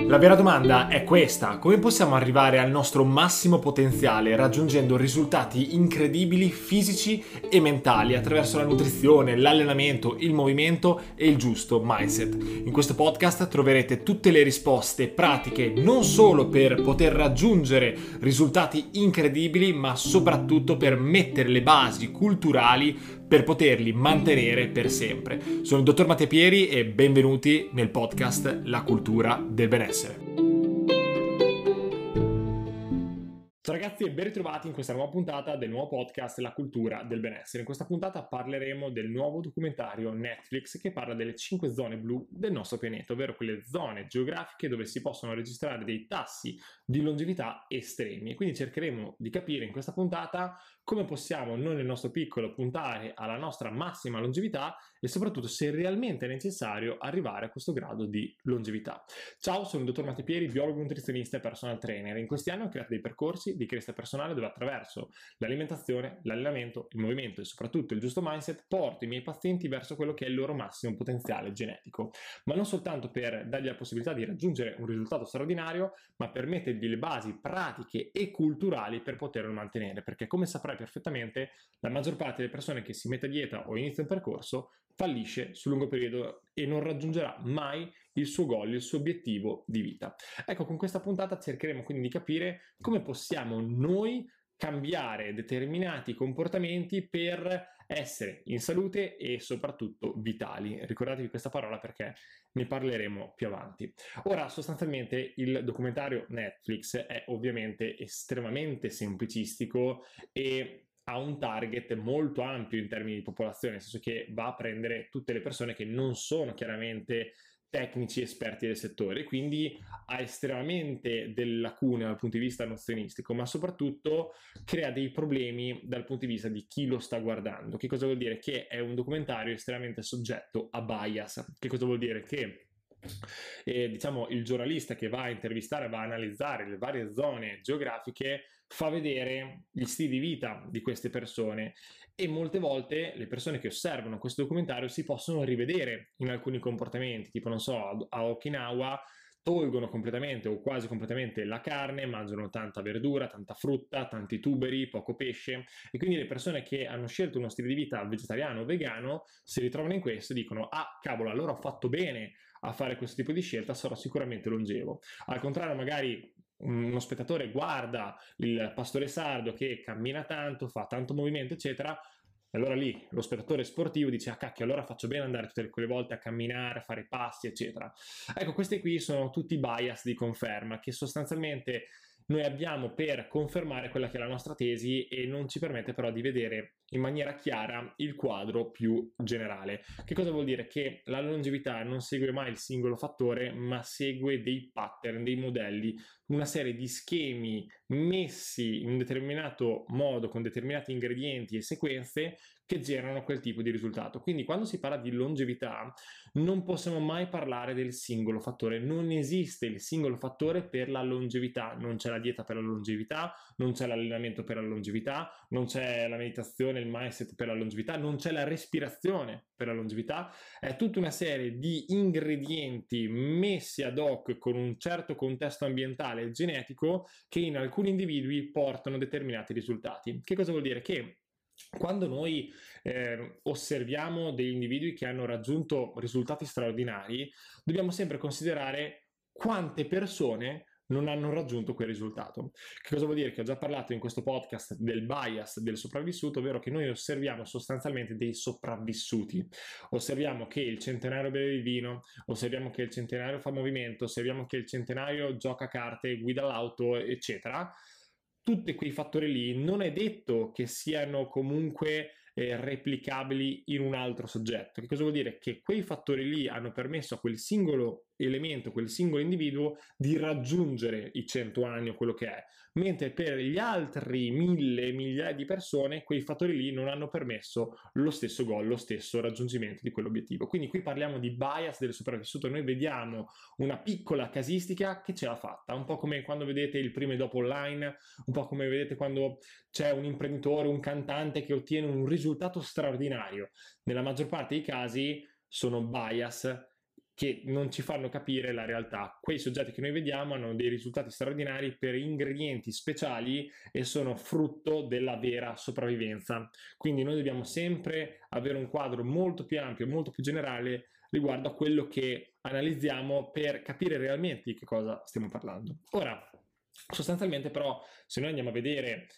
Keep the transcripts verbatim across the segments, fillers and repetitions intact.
La vera domanda è questa: come possiamo arrivare al nostro massimo potenziale raggiungendo risultati incredibili fisici e mentali attraverso la nutrizione, l'allenamento, il movimento e il giusto mindset? In questo podcast troverete tutte le risposte pratiche non solo per poter raggiungere risultati incredibili, ma soprattutto per mettere le basi culturali per poterli mantenere per sempre. Sono il dottor Matteo Pieri e benvenuti nel podcast La cultura del benessere. Ciao ragazzi e ben ritrovati in questa nuova puntata del nuovo podcast La cultura del benessere. In questa puntata parleremo del nuovo documentario Netflix che parla delle cinque zone blu del nostro pianeta, ovvero quelle zone geografiche dove si possono registrare dei tassi di longevità estremi. E quindi cercheremo di capire in questa puntata come possiamo noi nel nostro piccolo puntare alla nostra massima longevità e soprattutto se realmente è necessario arrivare a questo grado di longevità. Ciao, sono il dottor Matteo Pieri, biologo nutrizionista e personal trainer. In questi anni ho creato dei percorsi di crescita personale dove attraverso l'alimentazione, l'allenamento, il movimento e soprattutto il giusto mindset porto i miei pazienti verso quello che è il loro massimo potenziale genetico, ma non soltanto per dargli la possibilità di raggiungere un risultato straordinario, ma per mettergli le basi pratiche e culturali per poterlo mantenere, perché come saprai perfettamente la maggior parte delle persone che si mette a dieta o inizia un percorso fallisce sul lungo periodo e non raggiungerà mai il suo goal, il suo obiettivo di vita. Ecco, con questa puntata cercheremo quindi di capire come possiamo noi cambiare determinati comportamenti per essere in salute e soprattutto vitali. Ricordatevi questa parola perché ne parleremo più avanti. Ora, sostanzialmente il documentario Netflix è ovviamente estremamente semplicistico e ha un target molto ampio in termini di popolazione, nel senso che va a prendere tutte le persone che non sono chiaramente tecnici esperti del settore, quindi ha estremamente delle lacune dal punto di vista nozionistico, ma soprattutto crea dei problemi dal punto di vista di chi lo sta guardando. Che cosa vuol dire? Che è un documentario estremamente soggetto a bias. Che cosa vuol dire? Che E, diciamo il giornalista che va a intervistare, va a analizzare le varie zone geografiche, fa vedere gli stili di vita di queste persone e molte volte le persone che osservano questo documentario si possono rivedere in alcuni comportamenti, tipo non so, a Okinawa tolgono completamente o quasi completamente la carne, mangiano tanta verdura, tanta frutta, tanti tuberi, poco pesce, e quindi le persone che hanno scelto uno stile di vita vegetariano o vegano si ritrovano in questo e dicono: ah cavolo, allora ho fatto bene a fare questo tipo di scelta, sarò sicuramente longevo. Al contrario, magari uno spettatore guarda il pastore sardo che cammina tanto, fa tanto movimento eccetera, e allora lì lo spettatore sportivo dice: ah cacchio, allora faccio bene andare tutte quelle volte a camminare, a fare passi eccetera. Ecco, questi qui sono tutti bias di conferma che sostanzialmente noi abbiamo per confermare quella che è la nostra tesi e non ci permette però di vedere in maniera chiara il quadro più generale. Che cosa vuol dire? Che la longevità non segue mai il singolo fattore, ma segue dei pattern, dei modelli, una serie di schemi messi in un determinato modo con determinati ingredienti e sequenze che generano quel tipo di risultato. Quindi quando si parla di longevità non possiamo mai parlare del singolo fattore, non esiste il singolo fattore per la longevità, non c'è la dieta per la longevità, non c'è l'allenamento per la longevità, non c'è la meditazione, il mindset per la longevità, non c'è la respirazione per la longevità, è tutta una serie di ingredienti messi ad hoc con un certo contesto ambientale e genetico che in alcuni individui portano determinati risultati. Che cosa vuol dire? Che quando noi eh, osserviamo degli individui che hanno raggiunto risultati straordinari, dobbiamo sempre considerare quante persone non hanno raggiunto quel risultato. Che cosa vuol dire? Che ho già parlato in questo podcast del bias del sopravvissuto, ovvero che noi osserviamo sostanzialmente dei sopravvissuti. Osserviamo che il centenario beve il vino, osserviamo che il centenario fa movimento, osserviamo che il centenario gioca a carte, guida l'auto, eccetera. Tutti quei fattori lì non è detto che siano comunque eh, replicabili in un altro soggetto. Che cosa vuol dire? Che quei fattori lì hanno permesso a quel singolo elemento, quel singolo individuo di raggiungere i cento anni o quello che è, mentre per gli altri mille, migliaia di persone quei fattori lì non hanno permesso lo stesso goal, lo stesso raggiungimento di quell'obiettivo. Quindi qui parliamo di bias del sopravvissuto, noi vediamo una piccola casistica che ce l'ha fatta, un po' come quando vedete il prima e dopo online, un po' come vedete quando c'è un imprenditore, un cantante che ottiene un risultato straordinario. Nella maggior parte dei casi sono bias che non ci fanno capire la realtà. Quei soggetti che noi vediamo hanno dei risultati straordinari per ingredienti speciali e sono frutto della vera sopravvivenza. Quindi noi dobbiamo sempre avere un quadro molto più ampio, molto più generale riguardo a quello che analizziamo per capire realmente di che cosa stiamo parlando. Ora, sostanzialmente però, se noi andiamo a vedere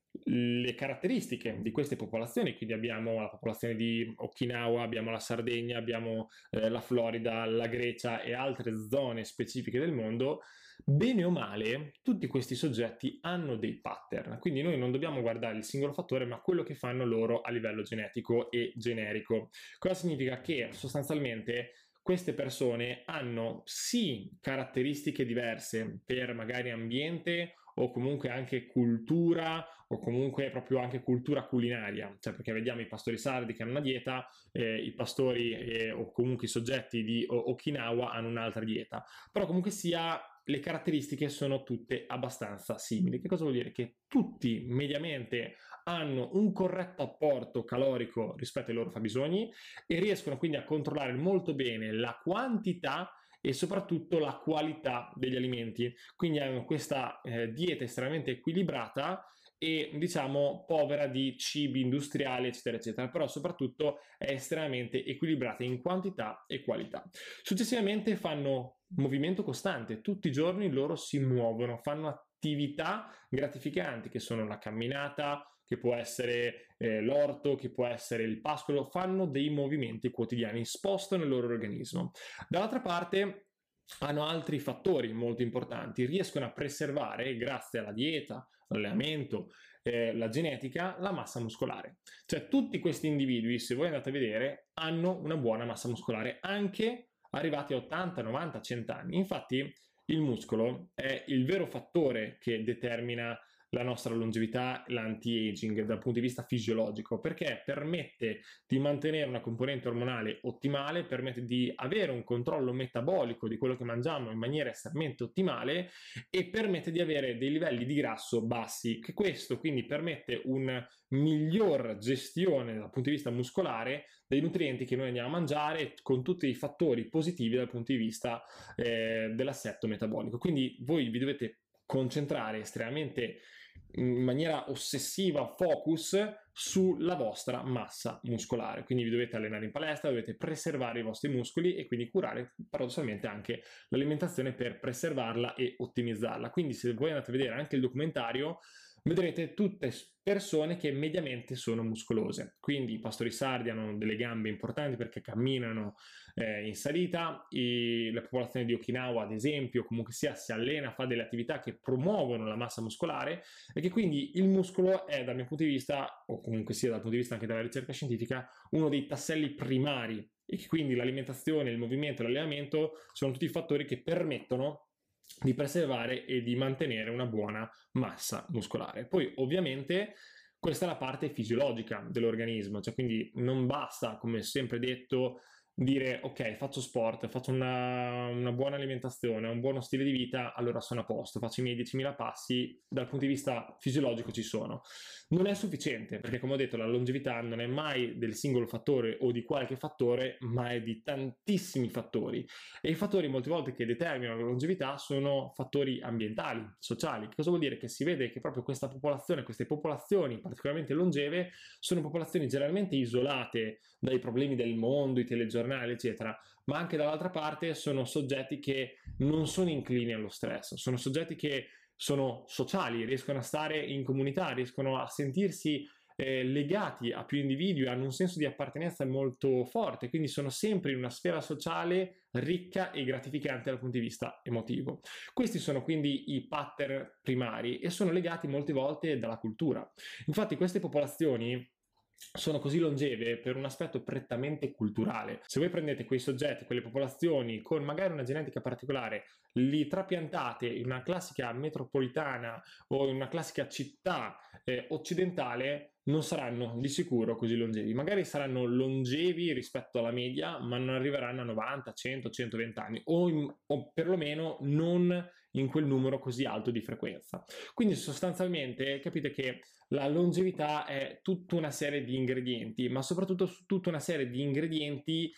le caratteristiche di queste popolazioni, quindi abbiamo la popolazione di Okinawa, abbiamo la Sardegna, abbiamo eh, la Florida, la Grecia e altre zone specifiche del mondo, bene o male tutti questi soggetti hanno dei pattern, quindi noi non dobbiamo guardare il singolo fattore ma quello che fanno loro a livello genetico e generico. Cosa significa? Che sostanzialmente queste persone hanno sì caratteristiche diverse per magari ambiente o comunque anche cultura o comunque proprio anche cultura culinaria, cioè perché vediamo i pastori sardi che hanno una dieta, eh, i pastori eh, o comunque i soggetti di Okinawa hanno un'altra dieta, però comunque sia le caratteristiche sono tutte abbastanza simili. Che cosa vuol dire? Che tutti mediamente hanno un corretto apporto calorico rispetto ai loro fabbisogni e riescono quindi a controllare molto bene la quantità e soprattutto la qualità degli alimenti, quindi hanno questa eh, dieta estremamente equilibrata e diciamo povera di cibi industriali eccetera eccetera, però soprattutto è estremamente equilibrata in quantità e qualità. Successivamente fanno movimento costante, tutti i giorni loro si muovono, fanno attività gratificanti che sono la camminata, che può essere eh, l'orto, che può essere il pascolo, fanno dei movimenti quotidiani, spostano il loro organismo. Dall'altra parte hanno altri fattori molto importanti, riescono a preservare, grazie alla dieta, all'allenamento, eh, la genetica, la massa muscolare. Cioè tutti questi individui, se voi andate a vedere, hanno una buona massa muscolare, anche arrivati a ottanta, novanta, cento anni. Infatti il muscolo è il vero fattore che determina la nostra longevità, l'anti-aging dal punto di vista fisiologico, perché permette di mantenere una componente ormonale ottimale, permette di avere un controllo metabolico di quello che mangiamo in maniera estremamente ottimale e permette di avere dei livelli di grasso bassi, che questo quindi permette una miglior gestione dal punto di vista muscolare dei nutrienti che noi andiamo a mangiare, con tutti i fattori positivi dal punto di vista eh, dell'assetto metabolico. Quindi voi vi dovete concentrare estremamente in maniera ossessiva, focus sulla vostra massa muscolare, quindi vi dovete allenare in palestra, dovete preservare i vostri muscoli e quindi curare paradossalmente anche l'alimentazione per preservarla e ottimizzarla. Quindi se voi andate a vedere anche il documentario vedrete tutte persone che mediamente sono muscolose, quindi i pastori sardi hanno delle gambe importanti perché camminano eh, in salita, e la popolazione di Okinawa ad esempio comunque sia si allena, fa delle attività che promuovono la massa muscolare e che quindi il muscolo è dal mio punto di vista, o comunque sia dal punto di vista anche della ricerca scientifica, uno dei tasselli primari e che quindi l'alimentazione, il movimento e l'allenamento sono tutti fattori che permettono di preservare e di mantenere una buona massa muscolare. Poi ovviamente questa è la parte fisiologica dell'organismo, cioè quindi non basta, come sempre detto, dire ok, faccio sport, faccio una, una buona alimentazione, un buono stile di vita, allora sono a posto, faccio i miei diecimila passi, dal punto di vista fisiologico ci sono. Non è sufficiente, perché come ho detto la longevità non è mai del singolo fattore o di qualche fattore, ma è di tantissimi fattori. E i fattori molte volte che determinano la longevità sono fattori ambientali, sociali. Che cosa vuol dire? Che si vede che proprio questa popolazione, queste popolazioni particolarmente longeve, sono popolazioni generalmente isolate dai problemi del mondo, i telegiornali, eccetera, ma anche dall'altra parte sono soggetti che non sono inclini allo stress, sono soggetti che sono sociali, riescono a stare in comunità, riescono a sentirsi eh, legati a più individui, hanno un senso di appartenenza molto forte, quindi sono sempre in una sfera sociale ricca e gratificante dal punto di vista emotivo. Questi sono quindi i pattern primari e sono legati molte volte dalla cultura. Infatti queste popolazioni sono così longeve per un aspetto prettamente culturale. Se voi prendete quei soggetti, quelle popolazioni con magari una genetica particolare, li trapiantate in una classica metropolitana o in una classica città eh, occidentale, non saranno di sicuro così longevi. Magari saranno longevi rispetto alla media, ma non arriveranno a novanta, cento, centoventi anni o, in, o perlomeno non in quel numero così alto di frequenza. Quindi sostanzialmente capite che la longevità è tutta una serie di ingredienti, ma soprattutto tutta una serie di ingredienti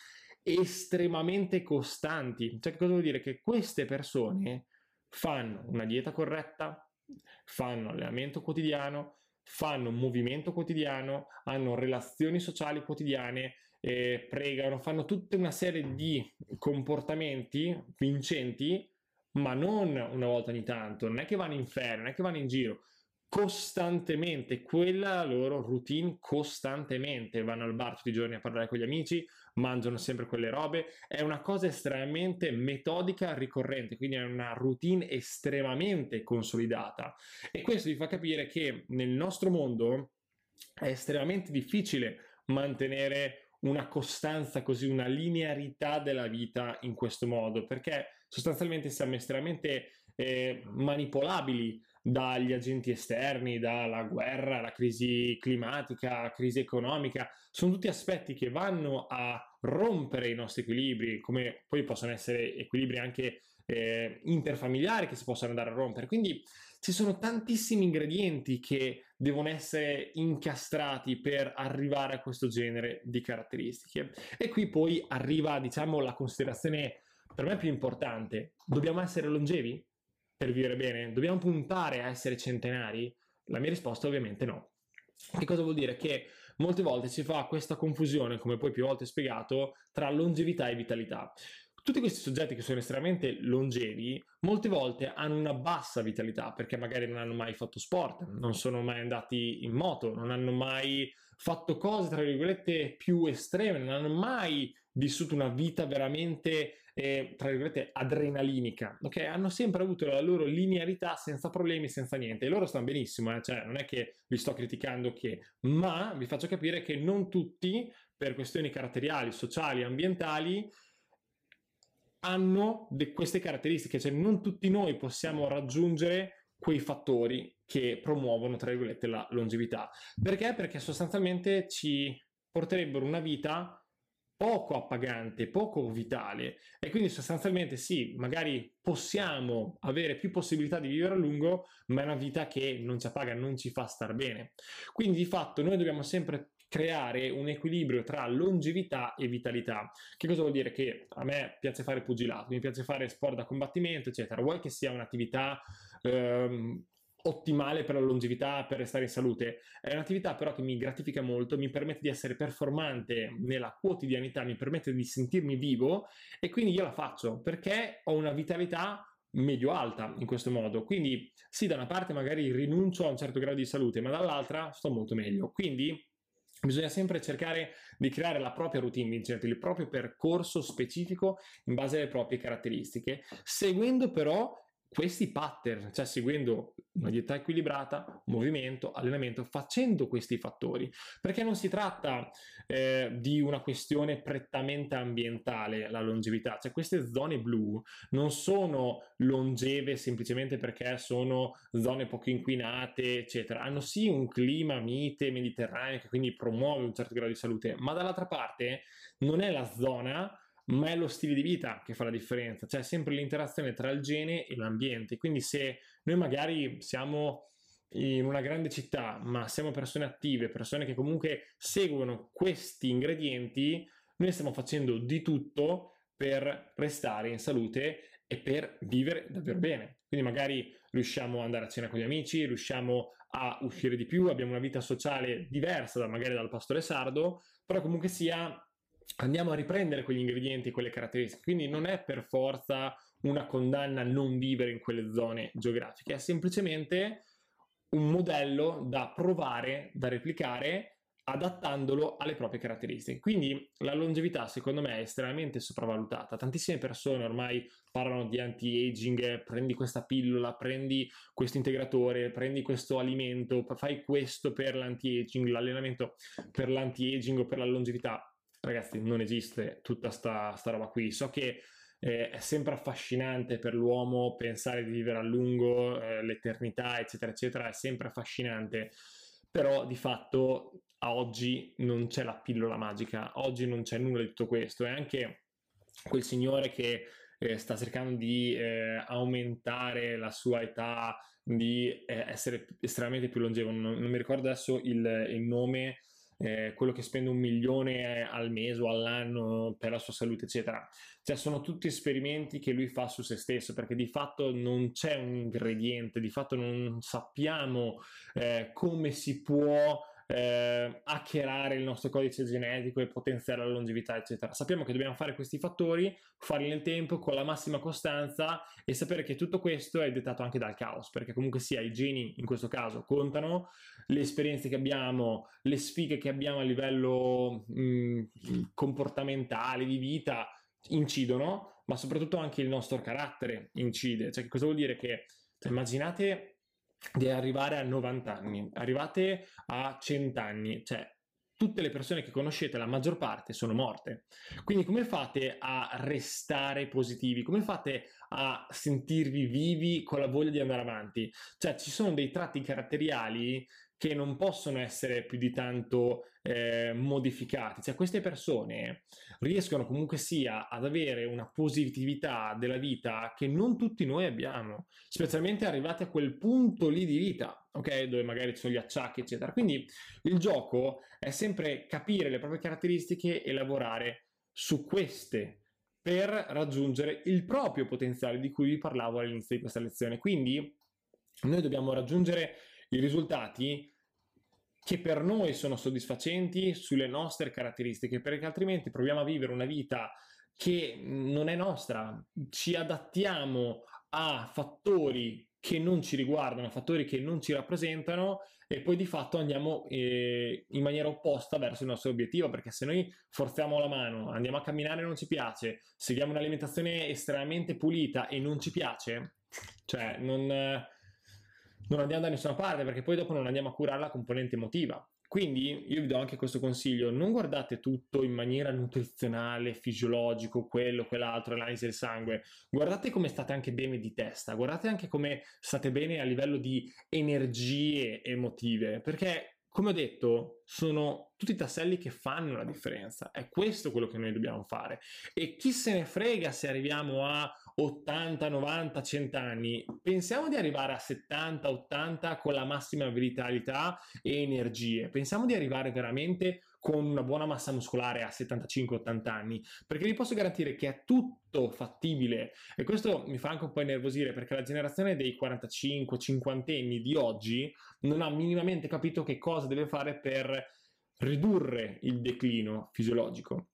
estremamente costanti. Cioè, che cosa vuol dire? Che queste persone fanno una dieta corretta, fanno allenamento quotidiano, fanno un movimento quotidiano, hanno relazioni sociali quotidiane, eh, pregano, fanno tutta una serie di comportamenti vincenti, ma non una volta ogni tanto, non è che vanno in ferie, non è che vanno in giro, costantemente, quella loro routine costantemente, vanno al bar tutti i giorni a parlare con gli amici, mangiano sempre quelle robe, è una cosa estremamente metodica, ricorrente, quindi è una routine estremamente consolidata, e questo vi fa capire che nel nostro mondo è estremamente difficile mantenere una costanza così, una linearità della vita in questo modo, perché sostanzialmente siamo estremamente eh, manipolabili dagli agenti esterni, dalla guerra, la crisi climatica, la crisi economica. Sono tutti aspetti che vanno a rompere i nostri equilibri, come poi possono essere equilibri anche eh, interfamiliari che si possono andare a rompere. Quindi ci sono tantissimi ingredienti che devono essere incastrati per arrivare a questo genere di caratteristiche. E qui poi arriva, diciamo, la considerazione per me più importante. Dobbiamo essere longevi per vivere bene? Dobbiamo puntare a essere centenari? La mia risposta ovviamente no. Che cosa vuol dire? Che molte volte si fa questa confusione, come poi più volte spiegato, tra longevità e vitalità. Tutti questi soggetti che sono estremamente longevi, molte volte hanno una bassa vitalità, perché magari non hanno mai fatto sport, non sono mai andati in moto, non hanno mai fatto cose, tra virgolette, più estreme, non hanno mai vissuto una vita veramente, eh, tra virgolette, adrenalinica, ok? Hanno sempre avuto la loro linearità senza problemi, senza niente, e loro stanno benissimo, eh? Cioè non è che vi sto criticando che, ma vi faccio capire che non tutti, per questioni caratteriali, sociali, ambientali, hanno de- queste caratteristiche, cioè non tutti noi possiamo raggiungere quei fattori che promuovono, tra virgolette, la longevità. Perché? Perché sostanzialmente ci porterebbero una vita poco appagante, poco vitale, e quindi sostanzialmente sì, magari possiamo avere più possibilità di vivere a lungo, ma è una vita che non ci appaga, non ci fa star bene. Quindi di fatto noi dobbiamo sempre creare un equilibrio tra longevità e vitalità. Che cosa vuol dire? Che a me piace fare pugilato, mi piace fare sport da combattimento, eccetera. Vuoi che sia un'attività ehm, ottimale per la longevità, per restare in salute? È un'attività però che mi gratifica molto, mi permette di essere performante nella quotidianità, mi permette di sentirmi vivo, e quindi io la faccio perché ho una vitalità medio-alta in questo modo. Quindi sì, da una parte magari rinuncio a un certo grado di salute, ma dall'altra sto molto meglio. Quindi bisogna sempre cercare di creare la propria routine vincente, il proprio percorso specifico in base alle proprie caratteristiche, seguendo però questi pattern, cioè seguendo una dieta equilibrata, movimento, allenamento, facendo questi fattori, perché non si tratta eh, di una questione prettamente ambientale, la longevità, cioè queste zone blu non sono longeve semplicemente perché sono zone poco inquinate, eccetera, hanno sì un clima mite mediterraneo che quindi promuove un certo grado di salute, ma dall'altra parte non è la zona, ma è lo stile di vita che fa la differenza, cioè sempre l'interazione tra il gene e l'ambiente. Quindi se noi magari siamo in una grande città, ma siamo persone attive, persone che comunque seguono questi ingredienti, noi stiamo facendo di tutto per restare in salute e per vivere davvero bene. Quindi magari riusciamo ad andare a cena con gli amici, riusciamo a uscire di più, abbiamo una vita sociale diversa da magari dal pastore sardo, però comunque sia andiamo a riprendere quegli ingredienti, quelle caratteristiche. Quindi non è per forza una condanna a non vivere in quelle zone geografiche, è semplicemente un modello da provare, da replicare, adattandolo alle proprie caratteristiche. Quindi la longevità secondo me è estremamente sopravvalutata. Tantissime persone ormai parlano di anti-aging, prendi questa pillola, prendi questo integratore, prendi questo alimento, fai questo per l'anti-aging, l'allenamento per l'anti-aging o per la longevità. Ragazzi, non esiste tutta sta, sta roba qui. So che eh, è sempre affascinante per l'uomo pensare di vivere a lungo, eh, l'eternità, eccetera, eccetera, è sempre affascinante, però di fatto a oggi non c'è la pillola magica, oggi non c'è nulla di tutto questo, e anche quel signore che eh, sta cercando di eh, aumentare la sua età, di eh, essere estremamente più longevo, non, non mi ricordo adesso il, il nome, eh, quello che spende un milione al mese o all'anno per la sua salute, eccetera. Cioè sono tutti esperimenti che lui fa su se stesso, perché di fatto non c'è un ingrediente, di fatto non sappiamo eh, come si può eh, hackerare il nostro codice genetico e potenziare la longevità, eccetera. Sappiamo che dobbiamo fare questi fattori, farli nel tempo con la massima costanza e sapere che tutto questo è dettato anche dal caos, perché comunque sia i geni in questo caso contano, le esperienze che abbiamo, le sfighe che abbiamo a livello mh, comportamentale, di vita, incidono, ma soprattutto anche il nostro carattere incide. Cioè, che cosa vuol dire? Che cioè, immaginate di arrivare a novanta anni, arrivate a cento anni, cioè tutte le persone che conoscete, la maggior parte, sono morte. Quindi come fate a restare positivi? Come fate a sentirvi vivi con la voglia di andare avanti? Cioè ci sono dei tratti caratteriali che non possono essere più di tanto eh, modificati. Cioè queste persone riescono comunque sia ad avere una positività della vita che non tutti noi abbiamo, specialmente arrivati a quel punto lì di vita, ok? Dove magari ci sono gli acciacchi, eccetera. Quindi il gioco è sempre capire le proprie caratteristiche e lavorare su queste per raggiungere il proprio potenziale di cui vi parlavo all'inizio di questa lezione. Quindi noi dobbiamo raggiungere i risultati che per noi sono soddisfacenti sulle nostre caratteristiche, perché altrimenti proviamo a vivere una vita che non è nostra, ci adattiamo a fattori che non ci riguardano, fattori che non ci rappresentano e poi di fatto andiamo eh, in maniera opposta verso il nostro obiettivo, perché se noi forziamo la mano, andiamo a camminare e non ci piace, seguiamo un'alimentazione estremamente pulita e non ci piace, cioè non... Eh, non andiamo da nessuna parte, perché poi dopo non andiamo a curare la componente emotiva. Quindi io vi do anche questo consiglio: non guardate tutto in maniera nutrizionale, fisiologico, quello, quell'altro, analisi del sangue, guardate come state anche bene di testa, guardate anche come state bene a livello di energie emotive, perché come ho detto sono tutti tasselli che fanno la differenza, è questo quello che noi dobbiamo fare. E chi se ne frega se arriviamo a ottanta, novanta, cento anni, pensiamo di arrivare a settanta, ottanta con la massima vitalità e energie, pensiamo di arrivare veramente con una buona massa muscolare a settantacinque ottanta anni, perché vi posso garantire che è tutto fattibile. E questo mi fa anche un po' innervosire, perché la generazione dei quarantacinque cinquanta anni di oggi non ha minimamente capito che cosa deve fare per ridurre il declino fisiologico.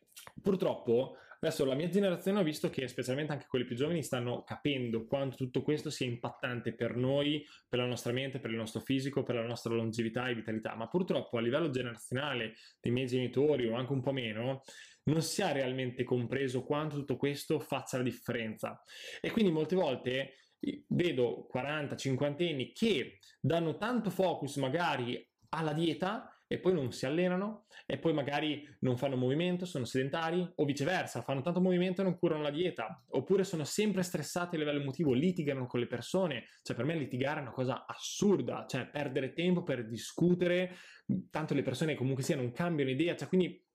Purtroppo adesso la mia generazione ho visto che specialmente anche quelli più giovani stanno capendo quanto tutto questo sia impattante per noi, per la nostra mente, per il nostro fisico, per la nostra longevità e vitalità, ma purtroppo a livello generazionale dei miei genitori o anche un po' meno non si ha realmente compreso quanto tutto questo faccia la differenza. E quindi molte volte vedo quaranta cinquanta anni che danno tanto focus magari alla dieta e poi non si allenano e poi magari non fanno movimento, sono sedentari, o viceversa, fanno tanto movimento e non curano la dieta, oppure sono sempre stressati a livello emotivo, litigano con le persone. Cioè per me litigare è una cosa assurda, cioè perdere tempo per discutere, tanto le persone comunque sia non cambiano idea, cioè quindi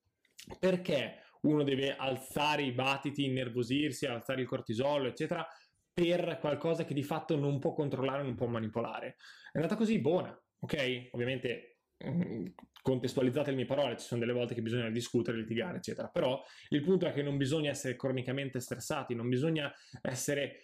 perché uno deve alzare i battiti, innervosirsi, alzare il cortisolo, eccetera, per qualcosa che di fatto non può controllare, non può manipolare? È andata così, buona, ok? Ovviamente contestualizzate le mie parole, ci sono delle volte che bisogna discutere, litigare, eccetera, però il punto è che non bisogna essere cronicamente stressati, non bisogna essere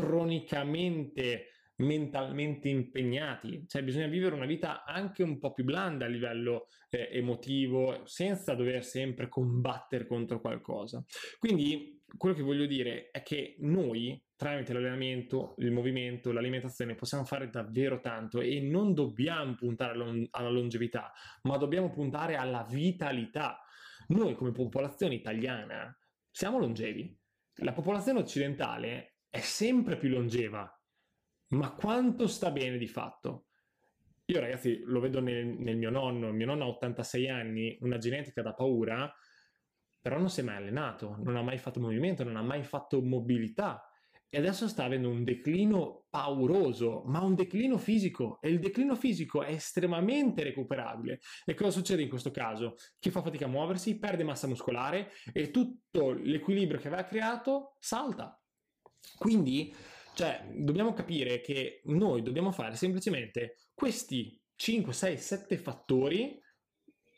cronicamente mentalmente impegnati, cioè bisogna vivere una vita anche un po' più blanda a livello eh, emotivo, senza dover sempre combattere contro qualcosa. Quindi quello che voglio dire è che noi tramite l'allenamento, il movimento, l'alimentazione possiamo fare davvero tanto e non dobbiamo puntare alla longevità, ma dobbiamo puntare alla vitalità. Noi come popolazione italiana siamo longevi, la popolazione occidentale è sempre più longeva, ma quanto sta bene di fatto? Io ragazzi lo vedo nel, nel mio nonno, mio nonno ha ottantasei anni, una genetica da paura, però non si è mai allenato, non ha mai fatto movimento, non ha mai fatto mobilità e adesso sta avendo un declino pauroso, ma un declino fisico, e il declino fisico è estremamente recuperabile. E cosa succede in questo caso? Chi fa fatica a muoversi perde massa muscolare e tutto l'equilibrio che aveva creato salta. Quindi cioè, dobbiamo capire che noi dobbiamo fare semplicemente questi cinque, sei, sette fattori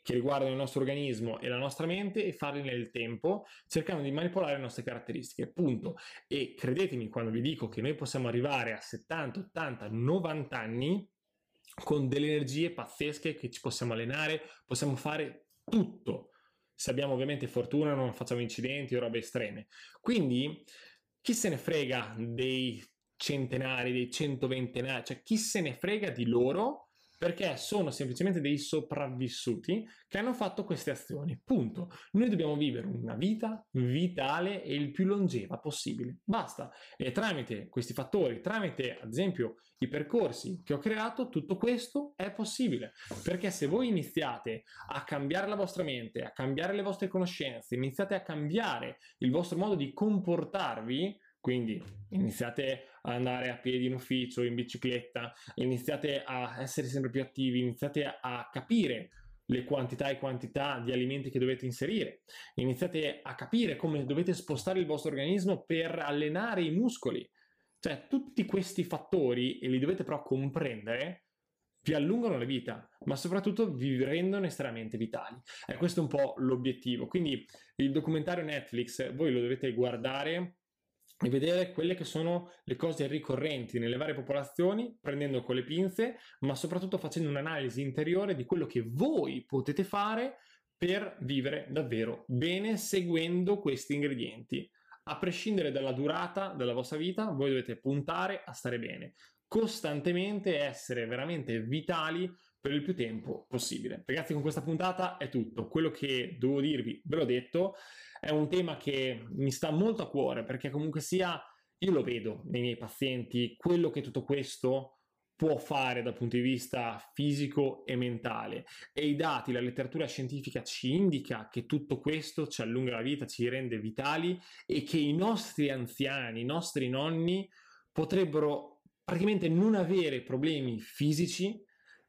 che riguardano il nostro organismo e la nostra mente e farli nel tempo, cercando di manipolare le nostre caratteristiche, punto. E credetemi quando vi dico che noi possiamo arrivare a settanta, ottanta, novanta anni con delle energie pazzesche, che ci possiamo allenare, possiamo fare tutto. Se abbiamo ovviamente fortuna, non facciamo incidenti o robe estreme. Quindi chi se ne frega dei centenari, dei centoventennari, cioè chi se ne frega di loro, perché sono semplicemente dei sopravvissuti che hanno fatto queste azioni, punto. Noi dobbiamo vivere una vita vitale e il più longeva possibile, basta. E tramite questi fattori, tramite ad esempio i percorsi che ho creato, tutto questo è possibile, perché se voi iniziate a cambiare la vostra mente, a cambiare le vostre conoscenze, iniziate a cambiare il vostro modo di comportarvi, quindi iniziate ad andare a piedi in ufficio, in bicicletta, iniziate a essere sempre più attivi, iniziate a capire le quantità e quantità di alimenti che dovete inserire, iniziate a capire come dovete spostare il vostro organismo per allenare i muscoli. Cioè, tutti questi fattori, e li dovete però comprendere, vi allungano la vita, ma soprattutto vi rendono estremamente vitali. E questo è un po' l'obiettivo. Quindi il documentario Netflix, voi lo dovete guardare e vedere quelle che sono le cose ricorrenti nelle varie popolazioni, prendendo con le pinze, ma soprattutto facendo un'analisi interiore di quello che voi potete fare per vivere davvero bene seguendo questi ingredienti. A prescindere dalla durata della vostra vita, voi dovete puntare a stare bene, costantemente essere veramente vitali per il più tempo possibile. Ragazzi, con questa puntata è tutto. Quello che dovevo dirvi ve l'ho detto. È un tema che mi sta molto a cuore, perché comunque sia, io lo vedo nei miei pazienti, quello che tutto questo può fare dal punto di vista fisico e mentale, e i dati, la letteratura scientifica ci indica che tutto questo ci allunga la vita, ci rende vitali, e che i nostri anziani, i nostri nonni potrebbero praticamente non avere problemi fisici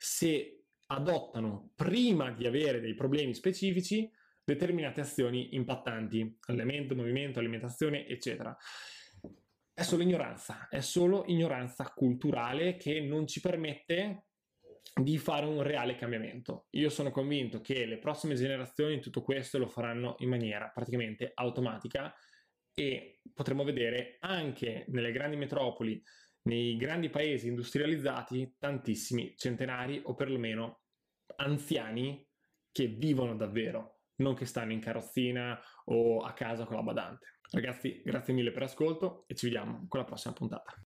se adottano, prima di avere dei problemi specifici, determinate azioni impattanti: allenamento, movimento, alimentazione, eccetera. È solo ignoranza, è solo ignoranza culturale che non ci permette di fare un reale cambiamento. Io sono convinto che le prossime generazioni tutto questo lo faranno in maniera praticamente automatica, e potremo vedere anche nelle grandi metropoli, nei grandi paesi industrializzati, tantissimi centenari o perlomeno anziani che vivono davvero, non che stanno in carrozzina o a casa con la badante. Ragazzi, grazie mille per l'ascolto e ci vediamo con la prossima puntata.